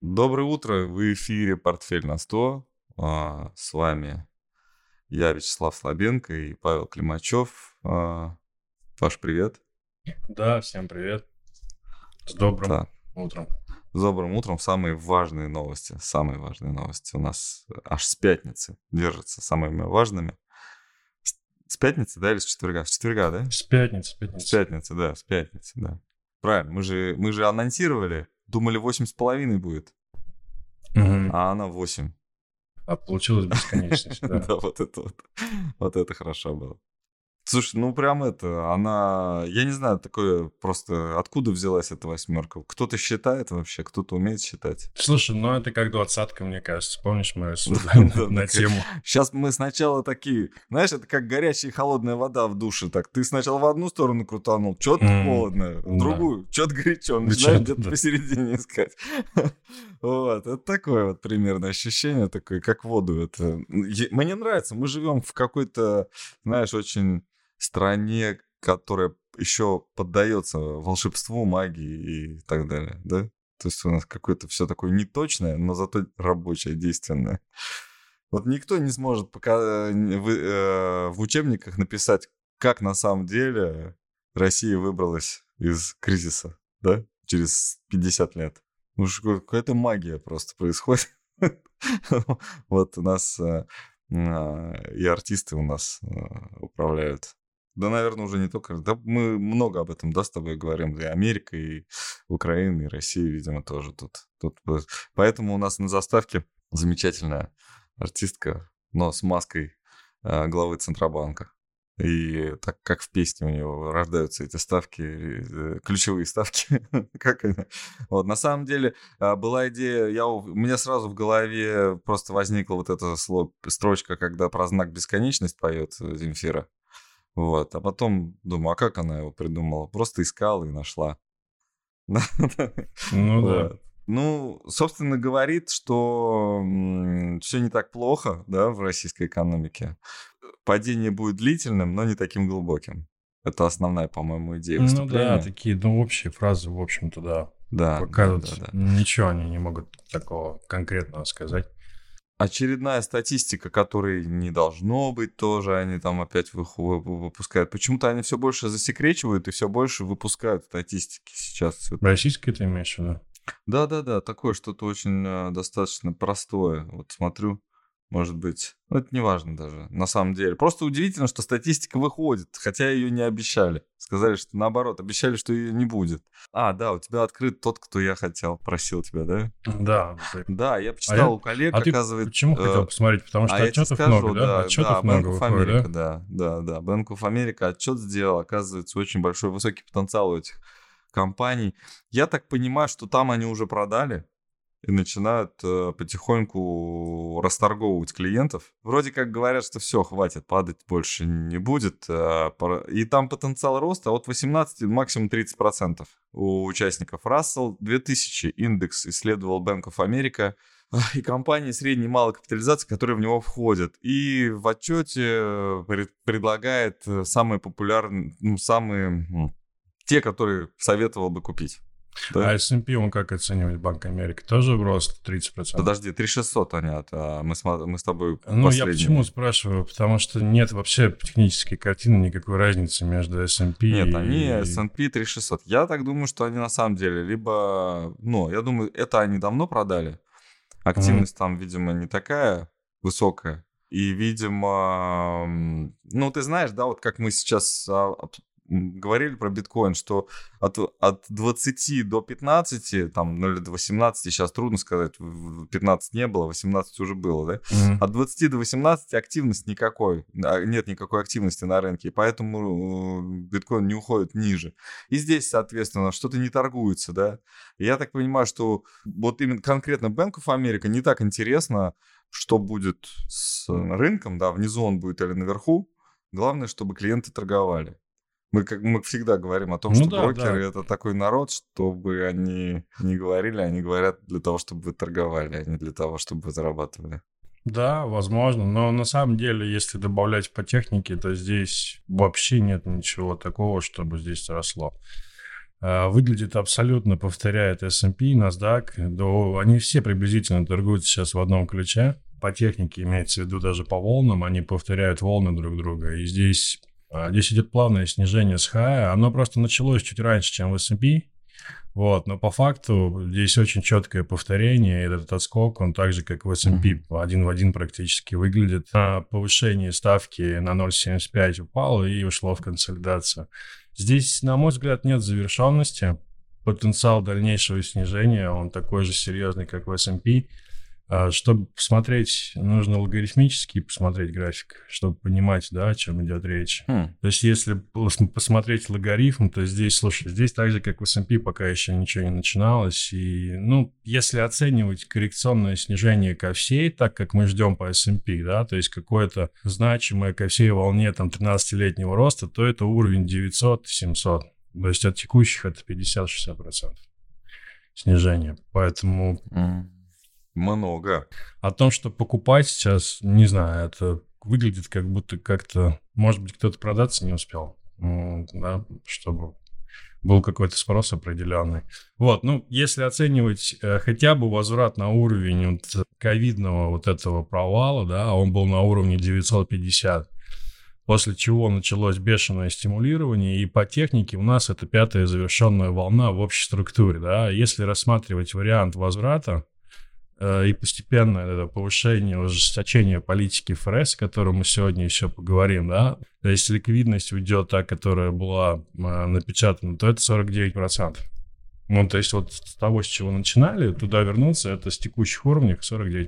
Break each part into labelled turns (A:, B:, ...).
A: Доброе утро, в эфире «Портфель на 100». С вами я, Вячеслав Слабенко и Павел Климачев. Паш, привет.
B: Да, всем привет. С добрым
A: Да,
B: утром.
A: с добрым утром. Самые важные новости у нас аж с пятницы держатся самыми важными. С пятницы, да, или с четверга? С четверга, да?
B: С пятницы,
A: С пятницы, да. Правильно, мы же анонсировали, думали 8,5 будет,
B: Мгм.
A: а она 8.
B: А получилось бесконечность, да.
A: Да, вот это хорошо было. Слушай, ну прям она, я не знаю, такое просто, откуда взялась эта восьмерка? Кто-то считает вообще, кто-то умеет считать.
B: Слушай, ну это как двадцатка, мне кажется. Помнишь, мы рассуждали
A: Да,
B: на тему?
A: сейчас мы сначала такие, знаешь, это как горячая и холодная вода в душе. Так, ты сначала в одну сторону крутанул, что-то холодно, в
B: Да.
A: другую, что-то горячо, начинаешь
B: Причем,
A: где-то
B: да.
A: посередине искать. Вот, это такое вот примерно ощущение, такое, как воду. Мне нравится, мы живем в какой-то, знаешь, очень стране, которая еще поддается волшебству, магии и так далее, да? То есть у нас какое-то все такое неточное, но зато рабочее, действенное. Вот никто не сможет пока в учебниках написать, как на самом деле Россия выбралась из кризиса, да, через 50 лет. Ну, какая-то магия просто происходит. Вот у нас и артисты у нас управляют. Да, наверное, уже не только... Да, мы много об этом, да, с тобой говорим. И Америка, и Украина, и Россия, видимо, тоже тут. Поэтому у нас на заставке замечательная артистка, но с маской главы Центробанка. И так как в песне у него рождаются эти ставки, ключевые ставки, как они? Вот, на самом деле, была идея, у меня сразу в голове просто возникла вот эта строчка, когда про знак бесконечность поет Земфира. Вот, а потом думаю, а как она его придумала? Просто искала и нашла.
B: Ну да.
A: Вот. Ну, собственно, говорит, что все не так плохо, да, в российской экономике. Падение будет длительным, но не таким глубоким. Это основная, по-моему, идея
B: Ну да,
A: выступления.
B: такие, общие фразы, в общем-то, да.
A: Да,
B: Пока
A: да, да,
B: тут
A: да.
B: ничего они не могут такого конкретного сказать.
A: Очередная статистика, которой не должно быть тоже, они там опять выпускают. Почему-то они все больше засекречивают и все больше выпускают статистики сейчас.
B: Российское ты имеешь в виду?
A: Да-да-да, такое что-то очень достаточно простое. Вот смотрю, может быть, ну это не важно даже, на самом деле. Просто удивительно, что статистика выходит, хотя ее не обещали. Сказали, что наоборот, обещали, что ее не будет. Да, у тебя открыт тот, кто я хотел, просил тебя, да?
B: Да.
A: Да, я
B: А,
A: почитал у коллег,
B: ты
A: оказывается...
B: почему хотел посмотреть? Потому что
A: я тебе
B: отчетов много,
A: скажу,
B: да?
A: да,
B: Отчетов
A: Bank
B: много
A: of
B: выходит,
A: America,
B: да?
A: да. Bank of America отчет сделал, оказывается, очень большой, высокий потенциал у этих компаний. Я так понимаю, что там они уже продали и начинают потихоньку расторговывать клиентов. Вроде как говорят, что все, хватит, падать больше не будет. И там потенциал роста от 18 до максимум 30% у участников. Russell 2000 индекс исследовал Bank of America и компании средней и малой капитализации, которые в него входят. И в отчете предлагает самые популярные, те, которые советовал бы купить. Да?
B: А S&P, он как оценивает Банк Америки? Тоже в рост 30%?
A: Подожди, 3600 они, мы с тобой
B: Ну, я почему
A: последние.
B: спрашиваю? Потому что нет вообще технической картины, никакой разницы между S&P
A: Нет, они
B: и...
A: S&P 3600. Я так думаю, что они на самом деле либо... я думаю, это они давно продали.
B: Мгм.
A: Активность там, видимо, не такая высокая. И, видимо, ты знаешь, да, вот как мы сейчас говорили про биткоин, что от 20 до 15, там, ну или до 18, сейчас трудно сказать, 15 не было, 18 уже было, да?
B: Мгм.
A: От 20 до 18 активность никакой, нет никакой активности на рынке, и поэтому биткоин не уходит ниже. И здесь, соответственно, что-то не торгуется, да? И я так понимаю, что вот именно конкретно Bank of America не так интересно, что будет с рынком, да, внизу он будет или наверху. Главное, чтобы клиенты торговали. Мы всегда говорим о том,
B: Ну
A: что
B: да,
A: брокеры —
B: да.
A: это такой народ, чтобы они не говорили, они говорят для того, чтобы вы торговали, а не для того, чтобы вы зарабатывали.
B: Да, возможно. Но на самом деле, если добавлять по технике, то здесь вообще нет ничего такого, чтобы здесь росло. выглядит абсолютно, повторяет S&P, NASDAQ. Да, они все приблизительно торгуют сейчас в одном ключе. По технике имеется в виду даже по волнам, они повторяют волны друг друга. И здесь идет плавное снижение с хая. Оно просто началось чуть раньше, чем в S&P. Вот, но по факту здесь очень четкое повторение, и этот отскок, он так же, как в S&P, один в один практически выглядит. Повышение ставки на 0,75 упало и ушло в консолидацию. Здесь, на мой взгляд, нет завершенности. Потенциал дальнейшего снижения, он такой же серьезный, как в S&P. Чтобы посмотреть, нужно логарифмически посмотреть график, чтобы понимать, да, о чем идет речь. То есть, если посмотреть логарифм, то здесь, слушай, здесь так же, как в S&P, пока еще ничего не начиналось. И, если оценивать коррекционное снижение ко всей, так как мы ждем по S&P, да, то есть какое-то значимое ко всей волне там 13-летнего роста, то это уровень 900-700. То есть от текущих это 50-60% снижения. Поэтому...
A: Много.
B: О том, что покупать сейчас, не знаю, это выглядит как будто как-то, может быть, кто-то продаться не успел, да, чтобы был какой-то спрос определенный. Вот, если оценивать хотя бы возврат на уровень вот ковидного вот этого провала, да, он был на уровне 950, после чего началось бешеное стимулирование, и по технике у нас это 5-я завершенная волна в общей структуре, да. Если рассматривать вариант возврата, и постепенное это повышение, ужесточение политики ФРС, о котором мы сегодня еще поговорим, да, то есть ликвидность уйдет та, которая была напечатана, то это 49%. То есть вот с того, с чего начинали, туда вернуться, это с текущих уровней 49%.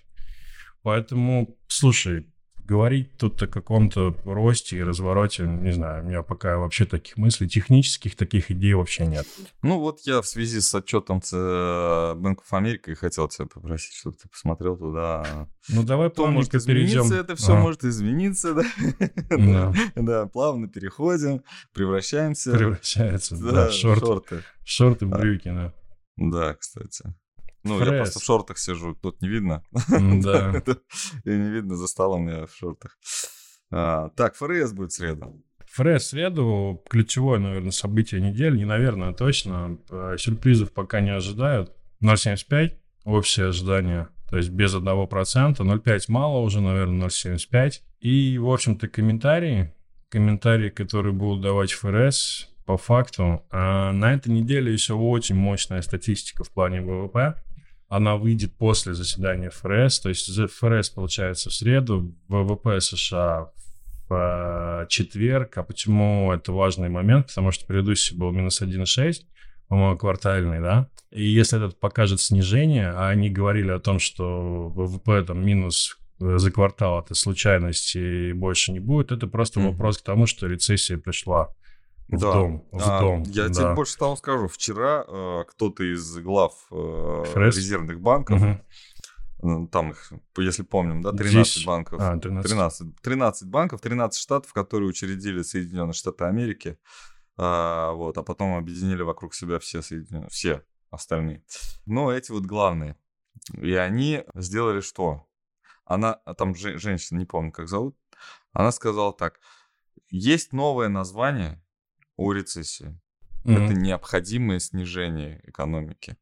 B: Поэтому, слушай, говорить тут о каком-то росте и развороте, не знаю, у меня пока вообще таких мыслей, технических таких идей вообще нет.
A: Вот я в связи с отчетом Bank of America хотел тебя попросить, чтобы ты посмотрел туда.
B: Давай плавненько
A: перейдем.
B: перейдем.
A: Это все может измениться, да? Да, плавно переходим, превращаемся.
B: Превращается, да, шорты. Шорты в брюки, да.
A: Да, кстати. Я просто в шортах сижу, тут не видно.
B: Да.
A: И не видно за столом, я в шортах. Так, ФРС будет в среду.
B: ФРС в среду, ключевое, наверное, событие недели, не наверное, а точно. Сюрпризов пока не ожидают. 0,75 общее ожидание, то есть без 1%. 0,5 мало уже, наверное, 0,75. И, в общем-то, комментарии, которые будут давать ФРС, по факту, на этой неделе еще очень мощная статистика в плане ВВП. Она выйдет после заседания ФРС. То есть ФРС получается в среду, ВВП США в четверг. А почему это важный момент? Потому что предыдущий был минус 1,6, по-моему, квартальный, да? И если этот покажет снижение, а они говорили о том, что ВВП там минус за квартал это случайность и больше не будет, это просто вопрос к тому, что рецессия пришла. В дом.
A: Я тебе больше того скажу. Вчера кто-то из глав резервных банков, там их, если помним, да, 13 банков, 13 банков, 13 штатов, которые учредили Соединенные Штаты Америки, а потом объединили вокруг себя все остальные. Но эти вот главные. И они сделали что? Там женщина, не помню, как зовут, она сказала так: есть новое название у рецессии. Это необходимое снижение экономики.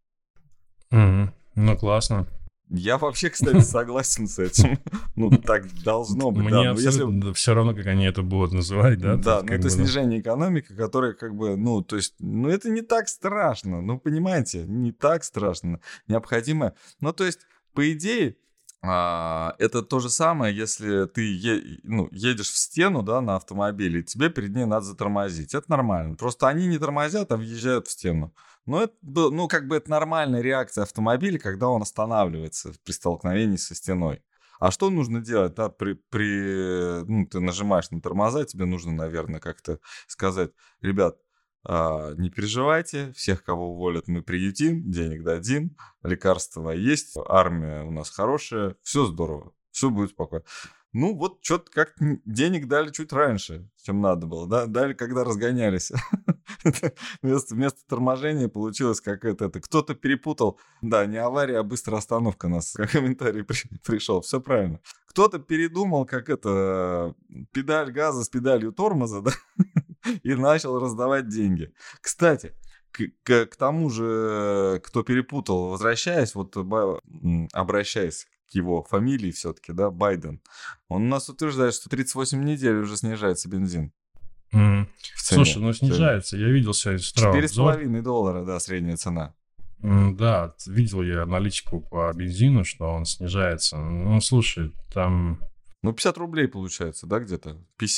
B: Классно.
A: Я вообще, кстати, согласен с этим. Так должно быть.
B: Мне абсолютно все равно, как они это будут называть, да?
A: Да, но это снижение экономики, которое то есть, это не так страшно. Понимаете, не так страшно. Необходимо. То есть, по идее, это то же самое, если ты едешь в стену, да, на автомобиле, и тебе перед ней надо затормозить. Это нормально. Просто они не тормозят, а въезжают в стену. Но это, это нормальная реакция автомобиля, когда он останавливается при столкновении со стеной. А что нужно делать? Да, ты нажимаешь на тормоза, тебе нужно, наверное, как-то сказать: ребят, не переживайте, всех, кого уволят, мы приютим, денег дадим, лекарства есть, армия у нас хорошая, все здорово, все будет спокойно. Что-то как денег дали чуть раньше, чем надо было, да? Дали, когда разгонялись. Вместо торможения получилось как это. Кто-то перепутал. Да, не авария, а быстрая остановка у нас. Как комментарий пришел. Все правильно. Кто-то передумал, как педаль газа с педалью тормоза, да? И начал раздавать деньги. Кстати, К тому же, кто перепутал, возвращаясь, обращаясь к его фамилии все-таки, да, Байден, он у нас утверждает, что 38 недель уже снижается бензин в цене.
B: Слушай, ну снижается. Я видел сегодня с утра обзор.
A: $4,5, да, средняя цена.
B: Да, видел я аналитику по бензину, что он снижается. Ну, слушай, там...
A: Ну, 50 рублей получается, да, где-то?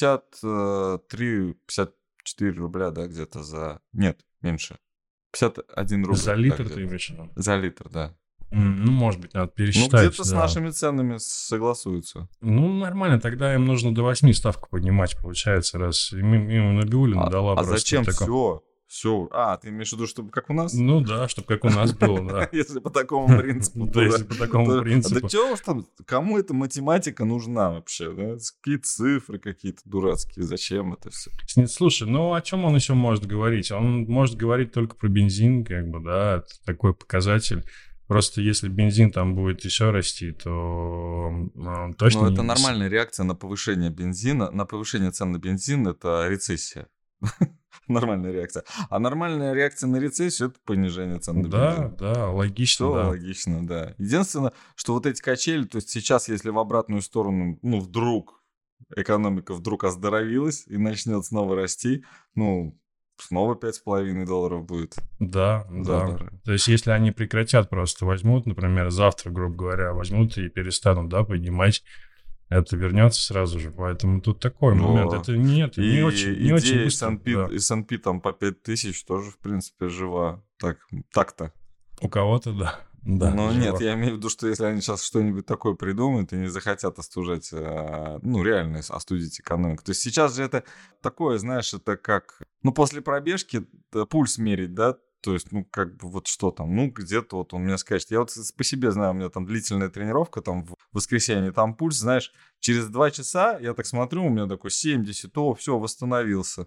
A: 53-54 рубля, да, где-то за... Нет, меньше. 51 рубль.
B: За литр ты имеешь в виду?
A: За литр, да.
B: Ну, может быть, надо пересчитать.
A: Ну, где-то с нашими ценами согласуются.
B: Ну, нормально, тогда им нужно до 8 ставку поднимать, получается, раз им Набиуллина дала просто...
A: А зачем все? Ты имеешь в виду, чтобы как у нас?
B: Ну да, чтобы как у нас было, да.
A: Если по такому принципу.
B: Да, если по такому принципу.
A: Да чего уж там, кому эта математика нужна вообще? Какие цифры какие-то дурацкие, зачем это все?
B: Слушай, ну о чем он еще может говорить? Он может говорить только про бензин, как бы, да, это такой показатель. Просто если бензин там будет еще расти, то точно...
A: Ну, это нормальная реакция на повышение бензина, на повышение цен на бензин, это рецессия. Нормальная реакция. А нормальная реакция на рецессию — это понижение цен на бензин.
B: Да, логично,
A: Все
B: да.
A: логично, да. Единственное, что вот эти качели, то есть сейчас, если в обратную сторону, вдруг экономика вдруг оздоровилась и начнет снова расти, снова $5,5 будет.
B: Да. То есть, если они прекратят, просто возьмут, например, завтра, грубо говоря, возьмут и перестанут, да, поднимать, это вернется сразу же. Поэтому тут такой момент. Это не очень быстро.
A: S&P там по 5000 тоже, в принципе, жива. Так-то.
B: У кого-то, да.
A: Но нет, я имею в виду, что если они сейчас что-нибудь такое придумают и не захотят остужать, реально остудить экономику. То есть сейчас же это такое, знаешь, это как, после пробежки пульс мерить, да, то есть, что там, где-то вот он мне скажет. Я вот по себе знаю, у меня там длительная тренировка, там в воскресенье, там пульс, знаешь, через 2 часа, я так смотрю, у меня такой 70, все, восстановился.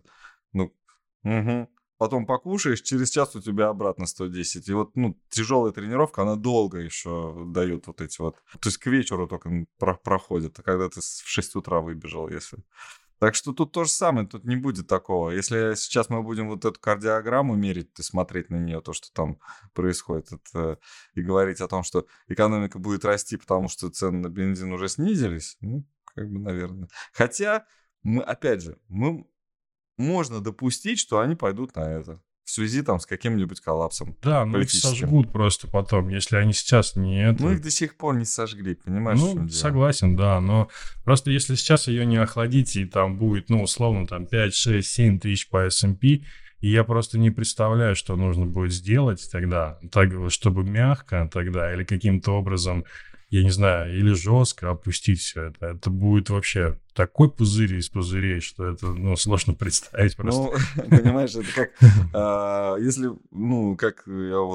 A: Потом покушаешь, через час у тебя обратно 110. И вот, тяжелая тренировка, она долго еще дает вот эти вот... То есть к вечеру только проходит, когда ты в 6 утра выбежал, если... Так что тут то же самое, тут не будет такого. Если сейчас мы будем вот эту кардиограмму мерить и смотреть на нее, то, что там происходит, и говорить о том, что экономика будет расти, потому что цены на бензин уже снизились, наверное. Хотя, можно допустить, что они пойдут на это в связи там с каким-нибудь коллапсом.
B: Да, их сожгут просто потом, если они сейчас не это...
A: их до сих пор не сожгли, понимаешь?
B: Согласен, да, но просто если сейчас ее не охладить, и там будет, условно, там 5, 6, 7 тысяч по S&P, и я просто не представляю, что нужно будет сделать тогда, чтобы мягко тогда или каким-то образом, я не знаю, или жестко опустить все это. Это будет вообще такой пузырь из пузырей, что это, сложно представить просто.
A: Понимаешь, это как, если, как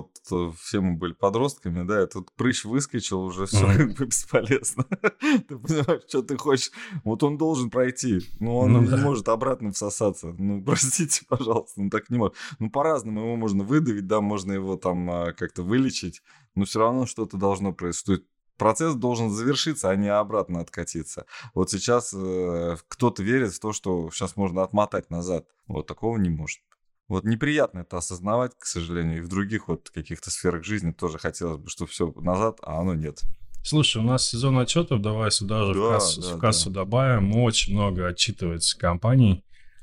A: все мы были подростками, да, этот прыщ выскочил, уже все бесполезно. Ты понимаешь, что ты хочешь. Вот он должен пройти, он не может обратно всосаться. Простите, пожалуйста, так не может. По-разному его можно выдавить, да, можно его там как-то вылечить, но все равно что-то должно происходить. Процесс должен завершиться, а не обратно откатиться. Вот сейчас кто-то верит в то, что сейчас можно отмотать назад. Вот такого не может. Вот неприятно это осознавать, к сожалению. И в других вот каких-то сферах жизни тоже хотелось бы, чтобы все назад, а оно нет.
B: Слушай, у нас сезон отчетов, давай сюда же в кассу добавим. Очень много отчитывается компаний.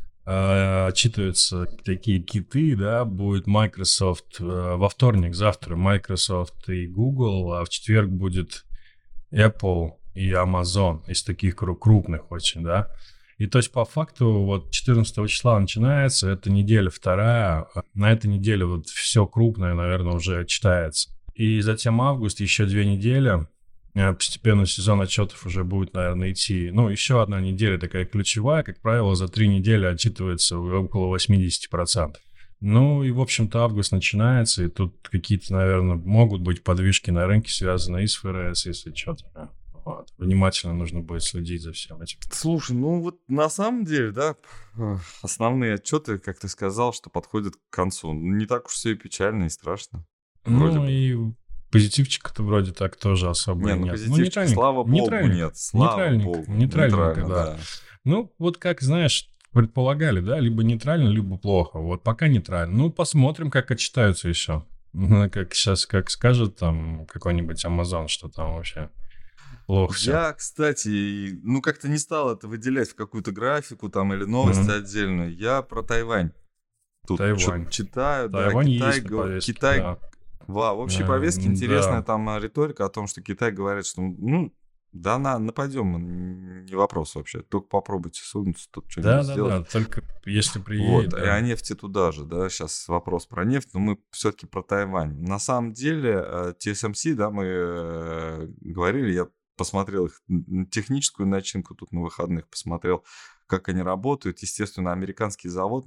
B: Отчитываются такие киты, да, будет Microsoft во вторник, завтра Microsoft и Google, а в четверг будет Apple и Amazon из таких крупных очень, да. И то есть по факту вот 14 числа начинается, это неделя вторая, на этой неделе вот все крупное, наверное, уже читается. И затем август, еще 2 недели, постепенно сезон отчетов уже будет, наверное, идти. Еще одна неделя такая ключевая. Как правило, за 3 недели отчитывается около 80%. И, в общем-то, август начинается, и тут какие-то, наверное, могут быть подвижки на рынке, связанные и с ФРС, если что-то. Вот. Внимательно нужно будет следить за всем этим.
A: Слушай, на самом деле, да, основные отчеты, как ты сказал, что подходят к концу. Не так уж все и печально, и страшно.
B: И... Позитивчика-то вроде так тоже особо нет.
A: Позитивчика, слава богу, нет. Слава богу.
B: Нейтральненько, да. Вот как, знаешь, предполагали, да, либо нейтрально, либо плохо. Вот пока нейтрально. Ну, посмотрим, как отчитаются еще. Ну, как сейчас, как скажет там какой-нибудь Amazon, что там вообще плохо все.
A: Я, кстати, ну как-то не стал это выделять в какую-то графику там или новости отдельную. Я про Тайвань тут
B: Тайвань.
A: читаю, да,
B: Тайвань есть на повестке,
A: Китай,
B: да.
A: в общей повестке интересная
B: Да.
A: там риторика о том, что Китай говорит, что, ну, да, нападем, не вопрос вообще, только попробуйте сунуться, тут что-нибудь сделать.
B: Да, только если приедет,
A: Вот, и
B: да.
A: о нефти туда же, да, сейчас вопрос про нефть, но мы все-таки про Тайвань. На самом деле, TSMC, да, мы говорили, я посмотрел их техническую начинку тут на выходных, посмотрел, как они работают. Естественно, американский завод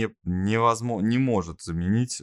A: не может заменить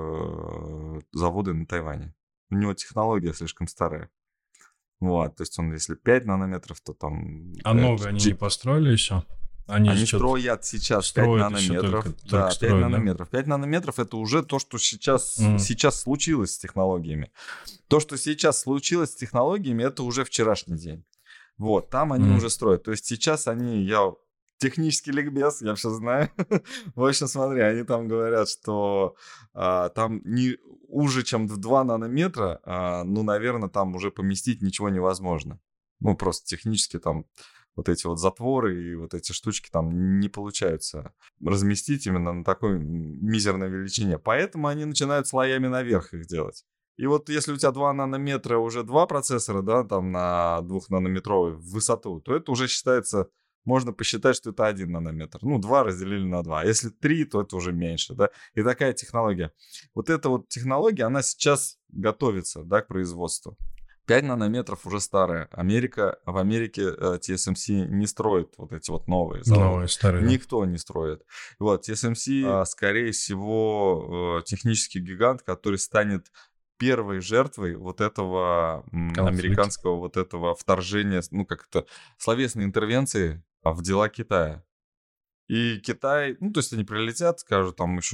A: заводы на Тайване. У него технология слишком старая. Вот, то есть он, если 5 нанометров, то там...
B: А новые они не построили еще?
A: Они строят сейчас 5 нанометров.
B: Только
A: 5
B: строят,
A: нанометров. 5 нанометров это уже то, что сейчас случилось с технологиями. То, что сейчас случилось с технологиями, это уже вчерашний день. Вот, там они уже строят. То есть сейчас я технический ликбез, я все знаю. В общем, смотри, они там говорят, что там не уже, чем в 2 нанометра, ну, наверное, там уже поместить ничего невозможно. Ну, просто технически там вот эти вот затворы и вот эти штучки там не получается разместить именно на такой мизерной величине. Поэтому они начинают слоями наверх их делать. И вот если у тебя 2 нанометра уже 2 процессора, да, там на 2-нанометровой высоту, то это уже считается, можно посчитать, что это 1 нанометр. Ну, 2 разделили на 2. Если 3, то это уже меньше, да. И такая технология. Вот эта вот технология, она сейчас готовится, да, к производству. 5 нанометров уже старая. В Америке TSMC не строит вот эти вот новые заводы.
B: Новые, старые.
A: Никто не строит. Вот, TSMC, скорее всего, технический гигант, который станет первой жертвой вот этого американского вот этого вторжения, ну, как это, словесной интервенции в дела Китая. И Китай, ну, то есть они прилетят, скажут, там еще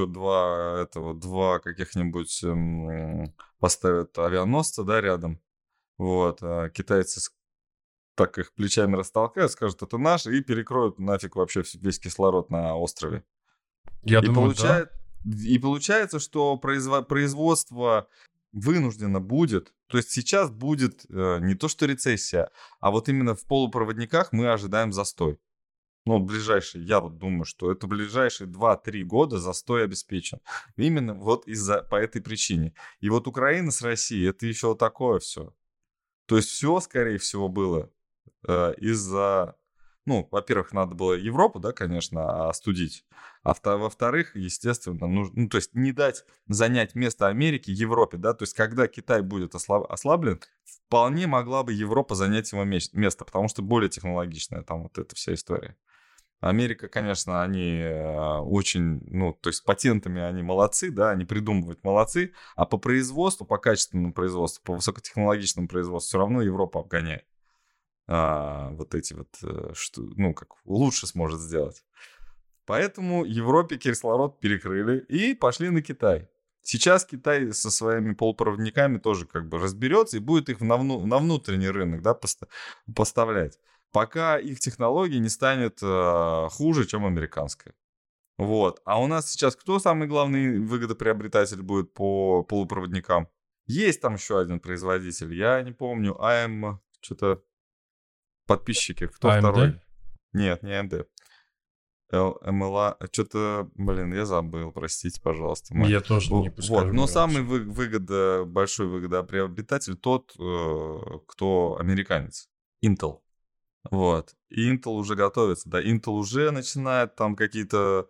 A: два каких-нибудь поставят авианосца, да, рядом. Вот, а китайцы так их плечами растолкают, скажут, это наш, и перекроют нафиг вообще весь кислород на острове.
B: Я думаю, да.
A: И получается, что производство вынуждено будет, то есть сейчас будет не то что рецессия, а вот именно в полупроводниках мы ожидаем застой. Ну, я вот думаю, что это ближайшие 2-3 года застой обеспечен. Именно вот по этой причине. И вот Украина с Россией, это еще такое все. То есть все, скорее всего, было из-за... Ну, во-первых, надо было Европу, да, конечно, остудить. А во-вторых, естественно, нужно, то есть не дать занять место Америки Европе, да. То есть когда Китай будет ослаблен, вполне могла бы Европа занять его место, потому что более технологичная там вот эта вся история. Америка, конечно, они очень, ну, то есть патентами они молодцы, да, они придумывают молодцы, а по производству, по качественному производству, по высокотехнологичному производству все равно Европа обгоняет. Вот эти вот, ну, как лучше сможет сделать. Поэтому Европе кислород перекрыли и пошли на Китай. Сейчас Китай со своими полупроводниками тоже как бы разберется и будет их на внутренний рынок, да, поставлять. Пока их технология не станет хуже, чем американская. Вот. А у нас сейчас кто самый главный выгодоприобретатель будет по полупроводникам? Есть там еще один производитель, я не помню, что-то подписчики, кто
B: AMD?
A: второй? Нет, не AMD. МЛА, что-то, я забыл, простите, пожалуйста.
B: Я тоже не подскажу.
A: Вот, но самый большой выгодоприобретатель тот, кто американец. Intel. Вот. И Intel уже готовится, да. Intel уже начинает там какие-то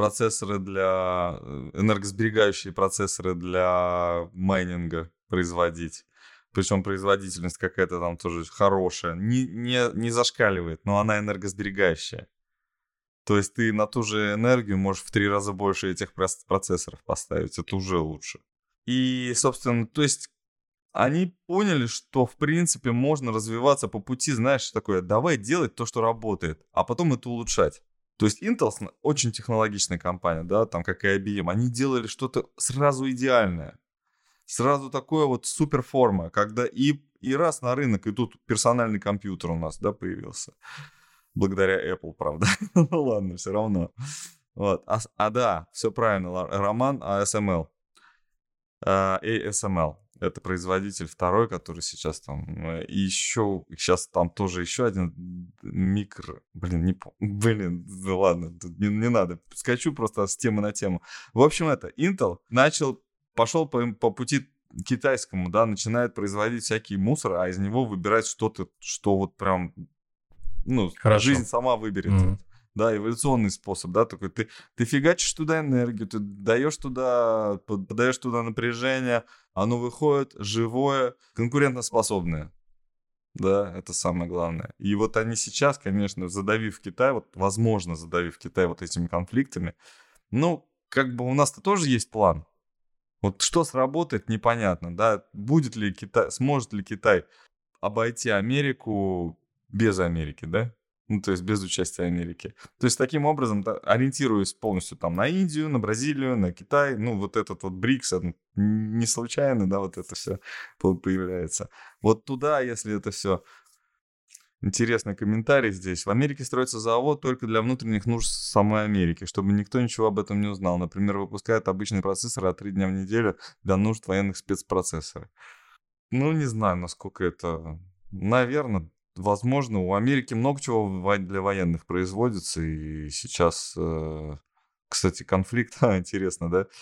A: энергосберегающие процессоры для майнинга производить. Причем производительность какая-то там тоже хорошая. Не зашкаливает, но она энергосберегающая. То есть ты на ту же энергию можешь в 3 раза больше этих процессоров поставить. Это уже лучше. И, собственно, то есть они поняли, что, в принципе, можно развиваться по пути, знаешь, такое, давай делать то, что работает, а потом это улучшать. То есть Intel очень технологичная компания, да, там, как и IBM, они делали что-то сразу идеальное. Сразу такое вот суперформа, когда и раз на рынок, и тут персональный компьютер у нас, да, появился. Благодаря Apple, правда. Ну ладно, все равно. Вот. Да, все правильно, Роман, ASML. ASML. Это производитель второй, который сейчас там... И еще... Сейчас там тоже еще один Блин, да ладно, тут не надо. Скачу просто с темы на тему. В общем, Intel пошел по пути китайскому, да, начинает производить всякий мусор, а из него выбирать что-то, что вот прям... жизнь сама выберет. Да, эволюционный способ, да, такой ты фигачишь туда энергию, ты подаешь туда напряжение, оно выходит живое, конкурентоспособное. Да, это самое главное. И вот они сейчас, конечно, задавив Китай вот этими конфликтами, как бы у нас-то тоже есть план. Вот что сработает, непонятно, да, сможет ли Китай обойти Америку без Америки, да? То есть без участия Америки. То есть таким образом, ориентируясь полностью там на Индию, на Бразилию, на Китай, вот этот вот БРИКС, не случайно, да, вот это все появляется. Вот туда, если это все... Интересный комментарий здесь. В Америке строится завод только для внутренних нужд самой Америки, чтобы никто ничего об этом не узнал. Например, выпускают обычные процессоры 3 дня в неделю для нужд военных спецпроцессоров. Не знаю, насколько это... Наверное, возможно, у Америки много чего для военных производится, и сейчас, кстати, конфликт, интересно, да,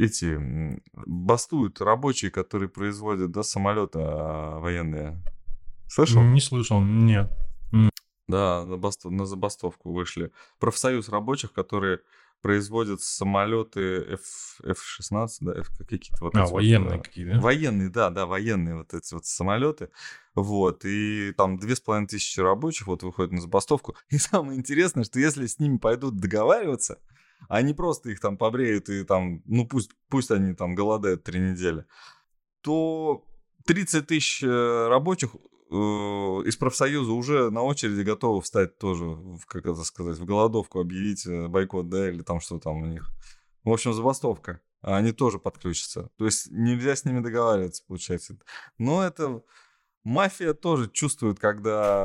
A: бастуют рабочие, которые производят, да, самолеты военные. Слышал?
B: Не слышал, нет.
A: Да, на забастовку вышли. Профсоюз рабочих, которые производят самолеты F-16, да, какие-то вот эти
B: военные
A: вот,
B: какие-то.
A: Военные, да, военные вот эти вот самолеты. Вот, и там 2500 рабочих вот выходят на забастовку. И самое интересное, что если с ними пойдут договариваться, они просто их там побреют и там, пусть они там голодают 3 недели, то 30 000 рабочих из профсоюза уже на очереди готовы встать тоже, в голодовку, объявить бойкот, да, или там что там у них. В общем, забастовка. А они тоже подключатся. То есть нельзя с ними договариваться, получается. Но это мафия тоже чувствует, когда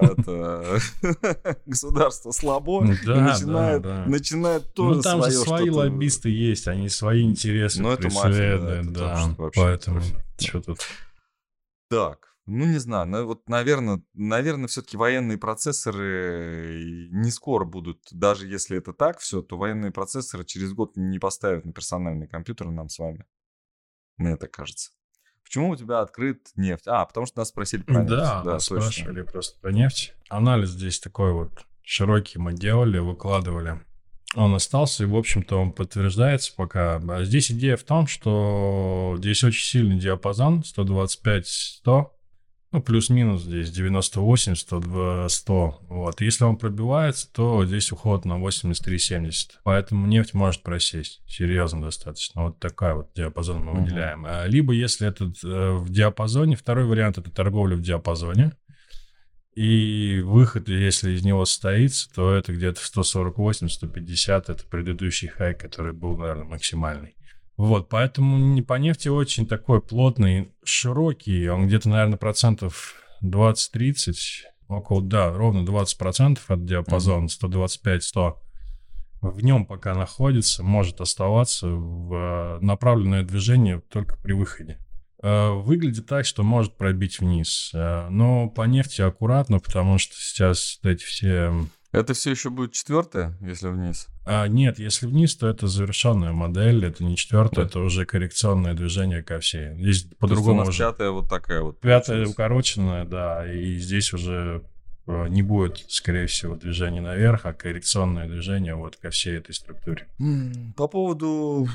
A: государство слабо, и начинает тоже
B: там
A: свое
B: же свои
A: что-то...
B: лоббисты есть, они свои интересы преследуют, да. Поэтому что тут...
A: Так. Не знаю, наверное, все-таки военные процессоры не скоро будут, даже если это так все, то военные процессоры через год не поставят на персональные компьютеры нам с вами. Мне так кажется. Почему у тебя открыт нефть? Потому что нас спросили про нефть.
B: Да, нас спрашивали просто про нефть. Анализ здесь такой вот широкий мы делали, выкладывали. Он остался, и, в общем-то, он подтверждается пока. А здесь идея в том, что здесь очень сильный диапазон, 125-100. Плюс-минус здесь 98, 100. Вот. Если он пробивается, то здесь уход на 83-70. Поэтому нефть может просесть. Серьезно достаточно. Вот такая вот диапазон мы выделяем. Либо если этот в диапазоне, второй вариант — это торговля в диапазоне. И выход, если из него состоится, то это где-то в 148-150. Это предыдущий хай, который был, наверное, максимальный. Вот, поэтому по нефти очень такой плотный, широкий, он где-то, наверное, 20-30%, ровно 20% от диапазона, 125-100, в нем пока находится, может оставаться в направленное движение только при выходе. Выглядит так, что может пробить вниз, но по нефти аккуратно, потому что сейчас эти все...
A: Это все еще будет 4-я, если вниз?
B: Нет, если вниз, то это завершенная модель, это не 4-я, это уже коррекционное движение ко всей. Здесь по-другому
A: уже. 5-я вот такая вот.
B: 5-я укороченная, да, и здесь уже не будет, скорее всего, движения наверх, а коррекционное движение вот ко всей этой структуре.
A: По поводу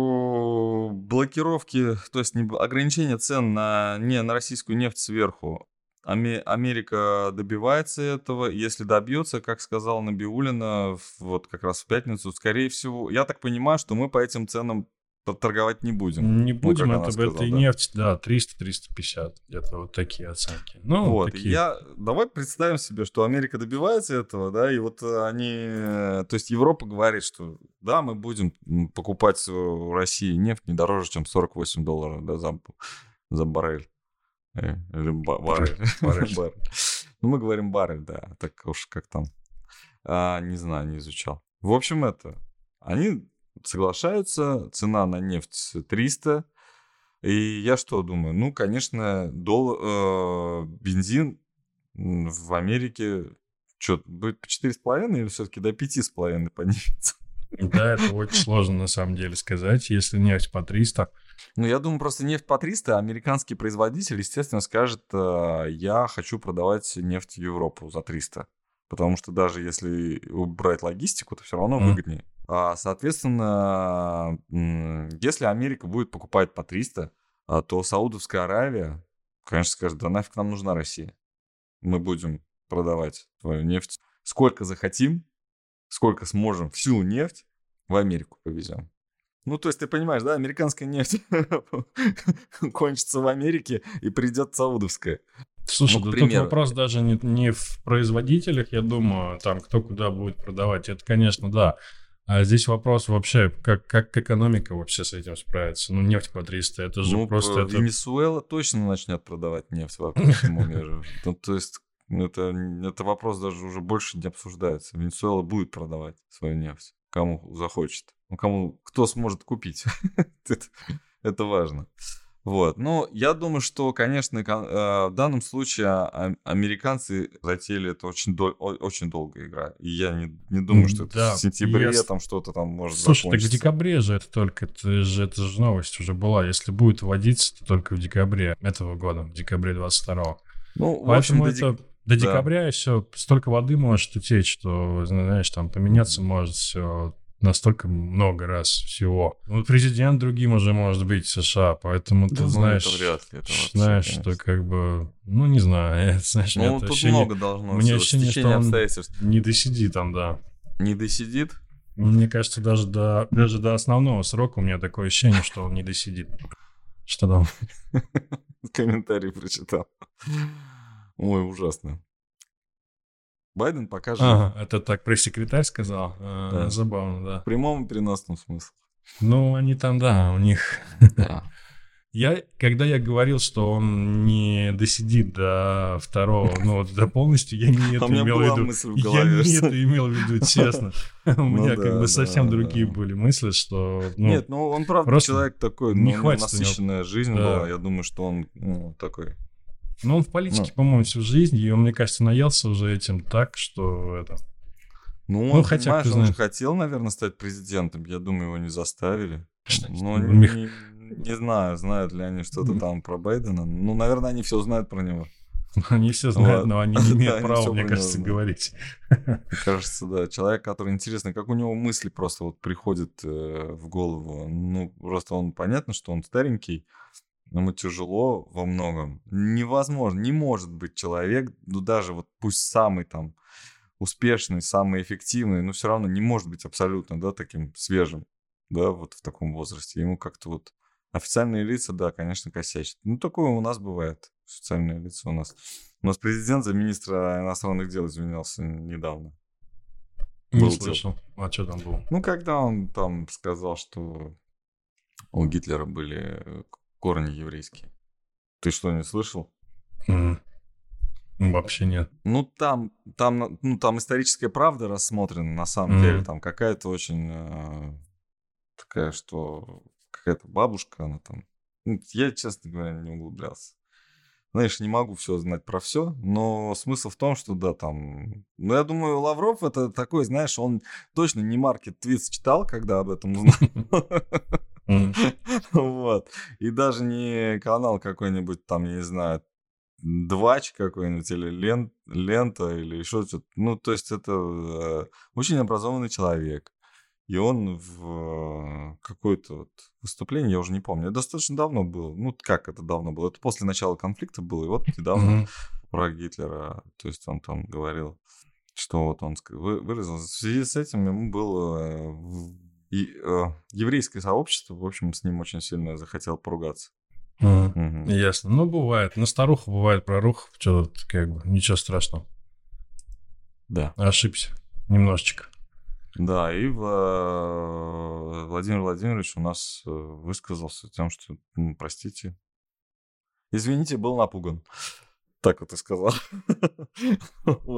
A: блокировки, то есть ограничения цен на российскую нефть сверху. Америка добивается этого. Если добьется, как сказал Набиуллина, вот как раз в пятницу, скорее всего, я так понимаю, что мы по этим ценам торговать не будем.
B: Не будем, это и нефть, да, 300-350, где-то вот такие оценки.
A: Давай представим себе, что Америка добивается этого, да, и вот то есть Европа говорит, что да, мы будем покупать у России нефть не дороже, чем $48, да, за баррель. Или баррель. Мы говорим баррель, да, так уж как там. Не знаю, не изучал. В общем, они соглашаются, цена на нефть 300. И я что думаю? Ну, конечно, бензин в Америке что, будет по 4,5 или все-таки до 5,5 поднимется?
B: Да, это очень сложно на самом деле сказать, если нефть по 300.
A: Ну, я думаю, просто нефть по 300, а американский производитель, естественно, скажет, я хочу продавать нефть в Европу за 300. Потому что даже если убрать логистику, то все равно выгоднее. Соответственно, если Америка будет покупать по 300, то Саудовская Аравия, конечно, скажет, да нафиг нам нужна Россия. Мы будем продавать твою нефть сколько захотим, сколько сможем, всю нефть в Америку повезем. Ну, то есть, ты понимаешь, да, американская нефть кончится в Америке и придет саудовская.
B: Слушай, да тут вопрос даже не в производителях, я думаю, там кто куда будет продавать. Это, конечно, да. А здесь вопрос вообще, как экономика вообще с этим справится? Ну, нефть по 300, это же просто...
A: Венесуэла точно начнет продавать нефть по всему миру. То есть, это вопрос даже уже больше не обсуждается. Венесуэла будет продавать свою нефть, кому захочет. Ну, кто сможет купить. Это важно. Вот. Ну, я думаю, что, конечно, в данном случае американцы затеяли это очень долгая игра. И я не думаю, что это в сентябре там что-то там может закончиться.
B: Слушай, так в декабре же это только, это же новость уже была. Если будет вводиться, то только в декабре этого года, в декабре 22-го.
A: Ну,
B: поэтому в общем, до декабря еще столько воды может утечь, что, знаешь, там поменяться может все настолько много раз всего. Ну, президент другим уже может быть в США, поэтому ты знаешь,
A: это вряд ли, это вообще,
B: знаешь, что как бы, ну, не знаю, знаешь,
A: ну, тут много должно
B: быть. Мне ощущение, что он не досидит там, да.
A: Не досидит?
B: Мне кажется, даже до основного срока у меня такое ощущение, что он не досидит. Что там?
A: Комментарий прочитал. Ой, ужасно. Байден пока жив.
B: Это так пресс-секретарь сказал? Да. Забавно, да.
A: В прямом и переносном смысле.
B: Ну, они там, да, у них...
A: Да.
B: Когда я говорил, что он не досидит до второго, ну, вот до полностью, я не это имел в виду. Я не это имел в виду, честно. У меня как бы совсем другие были мысли, что...
A: Нет, ну, он правда человек такой, насыщенная жизнь была. Я думаю, что он такой...
B: Ну, он в политике, по-моему, всю жизнь, и он, мне кажется, наелся уже этим так, что это...
A: Ну, он, хотя, он же хотел, наверное, стать президентом. Я думаю, его не заставили. Ну, не знаю, знают ли они что-то там про Байдена. Ну, наверное, они все знают про него.
B: Они все знают, но они не имеют права, мне кажется, говорить.
A: Мне кажется, да. Человек, который интересно, как у него мысли просто вот приходят в голову. Ну, просто он, понятно, что он старенький, ему тяжело во многом. Невозможно, не может быть человек, ну, даже вот пусть самый там успешный, самый эффективный, но все равно не может быть абсолютно, да, таким свежим, да, вот в таком возрасте. Ему как-то вот официальные лица, да, конечно, косячат. Ну, такое у нас бывает, официальные лица у нас. У нас президент за министра иностранных дел извинялся недавно.
B: Не слышал. А что там было?
A: Ну, когда он там сказал, что у Гитлера были корни еврейские. Ты что, не слышал?
B: Вообще нет.
A: Ну, там историческая правда рассмотрена, на самом деле. Там какая-то очень такая, что какая-то бабушка, она там... Ну, я, честно говоря, не углублялся. Знаешь, не могу все знать про все, но смысл в том, что, да, там... Ну, я думаю, Лавров это такой, знаешь, он точно не Маркет Твитс читал, когда об этом узнал. Вот. И даже не канал какой-нибудь там, я не знаю, Двач какой-нибудь или Лента или что-то. Ну, то есть это очень образованный человек. И он в какое-то вот выступление, я уже не помню, это достаточно давно было. Ну, как это давно было? Это после начала конфликта было, и вот недавно про Гитлера. То есть он там говорил, что вот он выразил. В связи с этим ему было... еврейское сообщество, в общем, с ним очень сильно захотел поругаться.
B: Ясно. Ну, бывает. На старуху бывает прорух, что-то как бы, ничего страшного.
A: Да.
B: Ошибся немножечко.
A: Да, и Владимир Владимирович у нас высказался тем, что, простите, извините, был напуган. Так вот и сказал. Вот.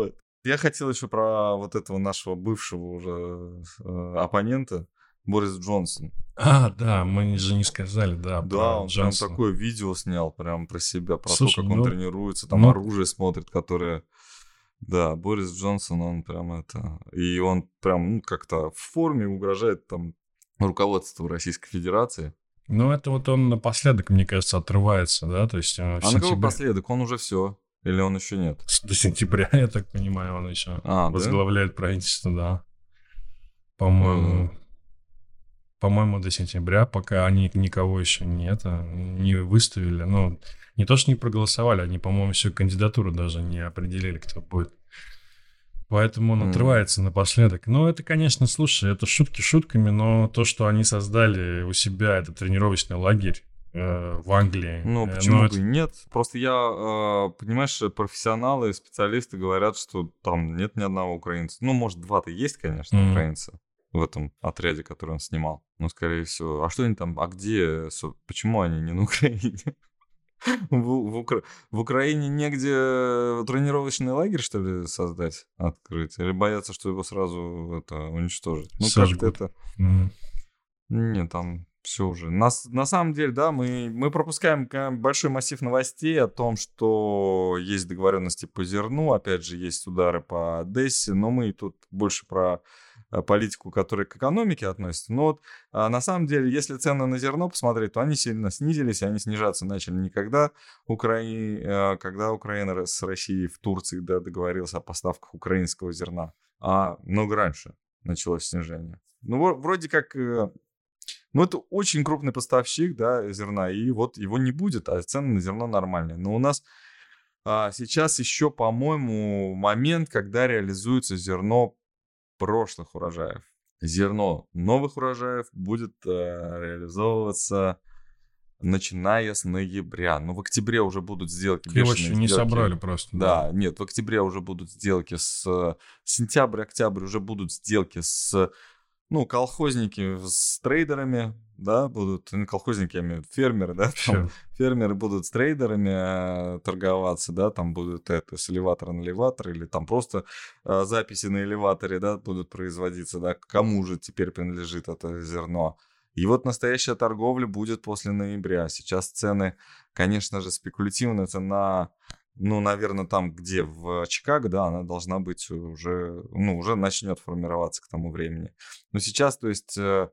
A: я хотел еще про вот этого нашего бывшего уже оппонента, Борис Джонсон.
B: Да, мы же не сказали, да,
A: Да,
B: про
A: он прям
B: Джонсона.
A: такое видео снял прям про себя, про
B: Слушай,
A: то, как он
B: ну,
A: тренируется, там
B: ну,
A: оружие смотрит, которое... Да, Борис Джонсон, он прям это... И он прям как-то в форме угрожает там руководству Российской Федерации.
B: ну, это вот он напоследок, мне кажется, отрывается, да, то есть в
A: А на какой
B: сентябре,
A: последок? Он уже все. Или он еще нет?
B: до сентября, я так понимаю, он еще
A: Да?
B: возглавляет правительство, да,
A: Э,
B: по-моему, до сентября, пока они никого еще не выставили, ну, не то, что не проголосовали, они, по-моему, еще кандидатуру даже не определили, кто будет. Поэтому он отрывается напоследок. Ну, это, конечно, слушай, это шутки шутками, но то, что они создали у себя этот тренировочный лагерь в Англии.
A: Ну, почему бы и нет? Просто понимаешь, профессионалы, специалисты говорят, что там нет ни одного украинца. Ну, может, 2-то есть, конечно, украинца в этом отряде, который он снимал. Но, скорее всего. А что они там? А где? Почему они не на Украине? В Украине негде тренировочный лагерь, что ли, создать, открыть? Или боятся, что его сразу уничтожат? Ну, как-то это... Нет, там все уже. На самом деле, да, мы пропускаем большой массив новостей о том, что есть договоренности по зерну, опять же, есть удары по Одессе, но мы тут больше про политику, которая к экономике относится. Но вот на самом деле, если цены на зерно посмотреть, то они сильно снизились, и они снижаться начали не когда Украина с Россией в Турции договорилась о поставках украинского зерна, а много раньше началось снижение. Ну, вроде как... Ну, это очень крупный поставщик, да, зерна, и вот его не будет, а цены на зерно нормальные. Но у нас сейчас еще, по-моему, момент, когда реализуется зерно прошлых урожаев. Зерно новых урожаев будет реализовываться начиная с ноября. Ну, в октябре уже будут сделки, бешеные
B: сделки. Не собрали просто.
A: Да, нет, в октябре уже будут сделки с... Сентябрь-октябрь уже будут сделки с... Ну, колхозники с трейдерами, да, будут, колхозники, я имею в виду, фермеры, да, там, фермеры будут с трейдерами торговаться, да, там будут с элеватора на элеватор, или там просто записи на элеваторе, да, будут производиться, да, кому же теперь принадлежит это зерно. И вот настоящая торговля будет после ноября. Сейчас цены, конечно же, спекулятивная цена... Ну, наверное, там, где в Чикаго, да, она должна быть уже, уже начнет формироваться к тому времени. Но сейчас, то есть,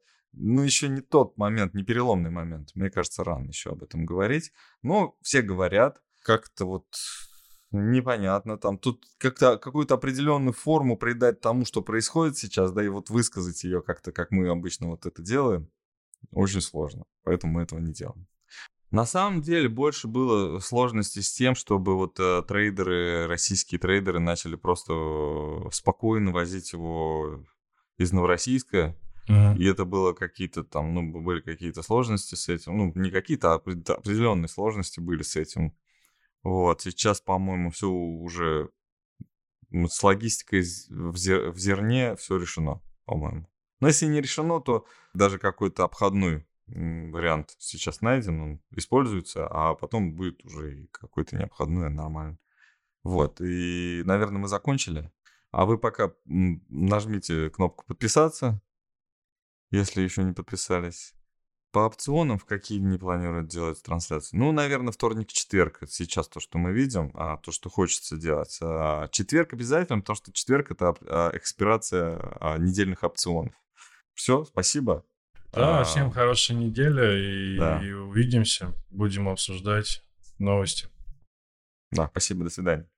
A: еще не тот момент, не переломный момент. Мне кажется, рано еще об этом говорить. Но все говорят, как-то вот непонятно. Там тут как-то какую-то определенную форму придать тому, что происходит сейчас, да, и вот высказать ее как-то, как мы обычно вот это делаем, очень сложно. Поэтому мы этого не делаем. На самом деле больше было сложностей с тем, чтобы вот российские трейдеры начали просто спокойно возить его из Новороссийска. И это было какие-то там, были какие-то сложности с этим. Не какие-то, а определенные сложности были с этим. Вот, сейчас, по-моему, все уже с логистикой в зерне все решено, по-моему. Но если не решено, то даже какой-то обходной вариант сейчас найден, он используется, а потом будет уже и какой-то необходной, нормально. Вот, и, наверное, мы закончили. А вы пока нажмите кнопку «Подписаться», если еще не подписались. По опционам в какие дни планируют делать трансляции? Ну, наверное, вторник, четверг. Это сейчас то, что мы видим, а то, что хочется делать. А четверг обязательно, потому что четверг — это экспирация недельных опционов. Все, спасибо.
B: Да, всем хорошей недели и увидимся. Будем обсуждать новости.
A: Да, спасибо, до свидания.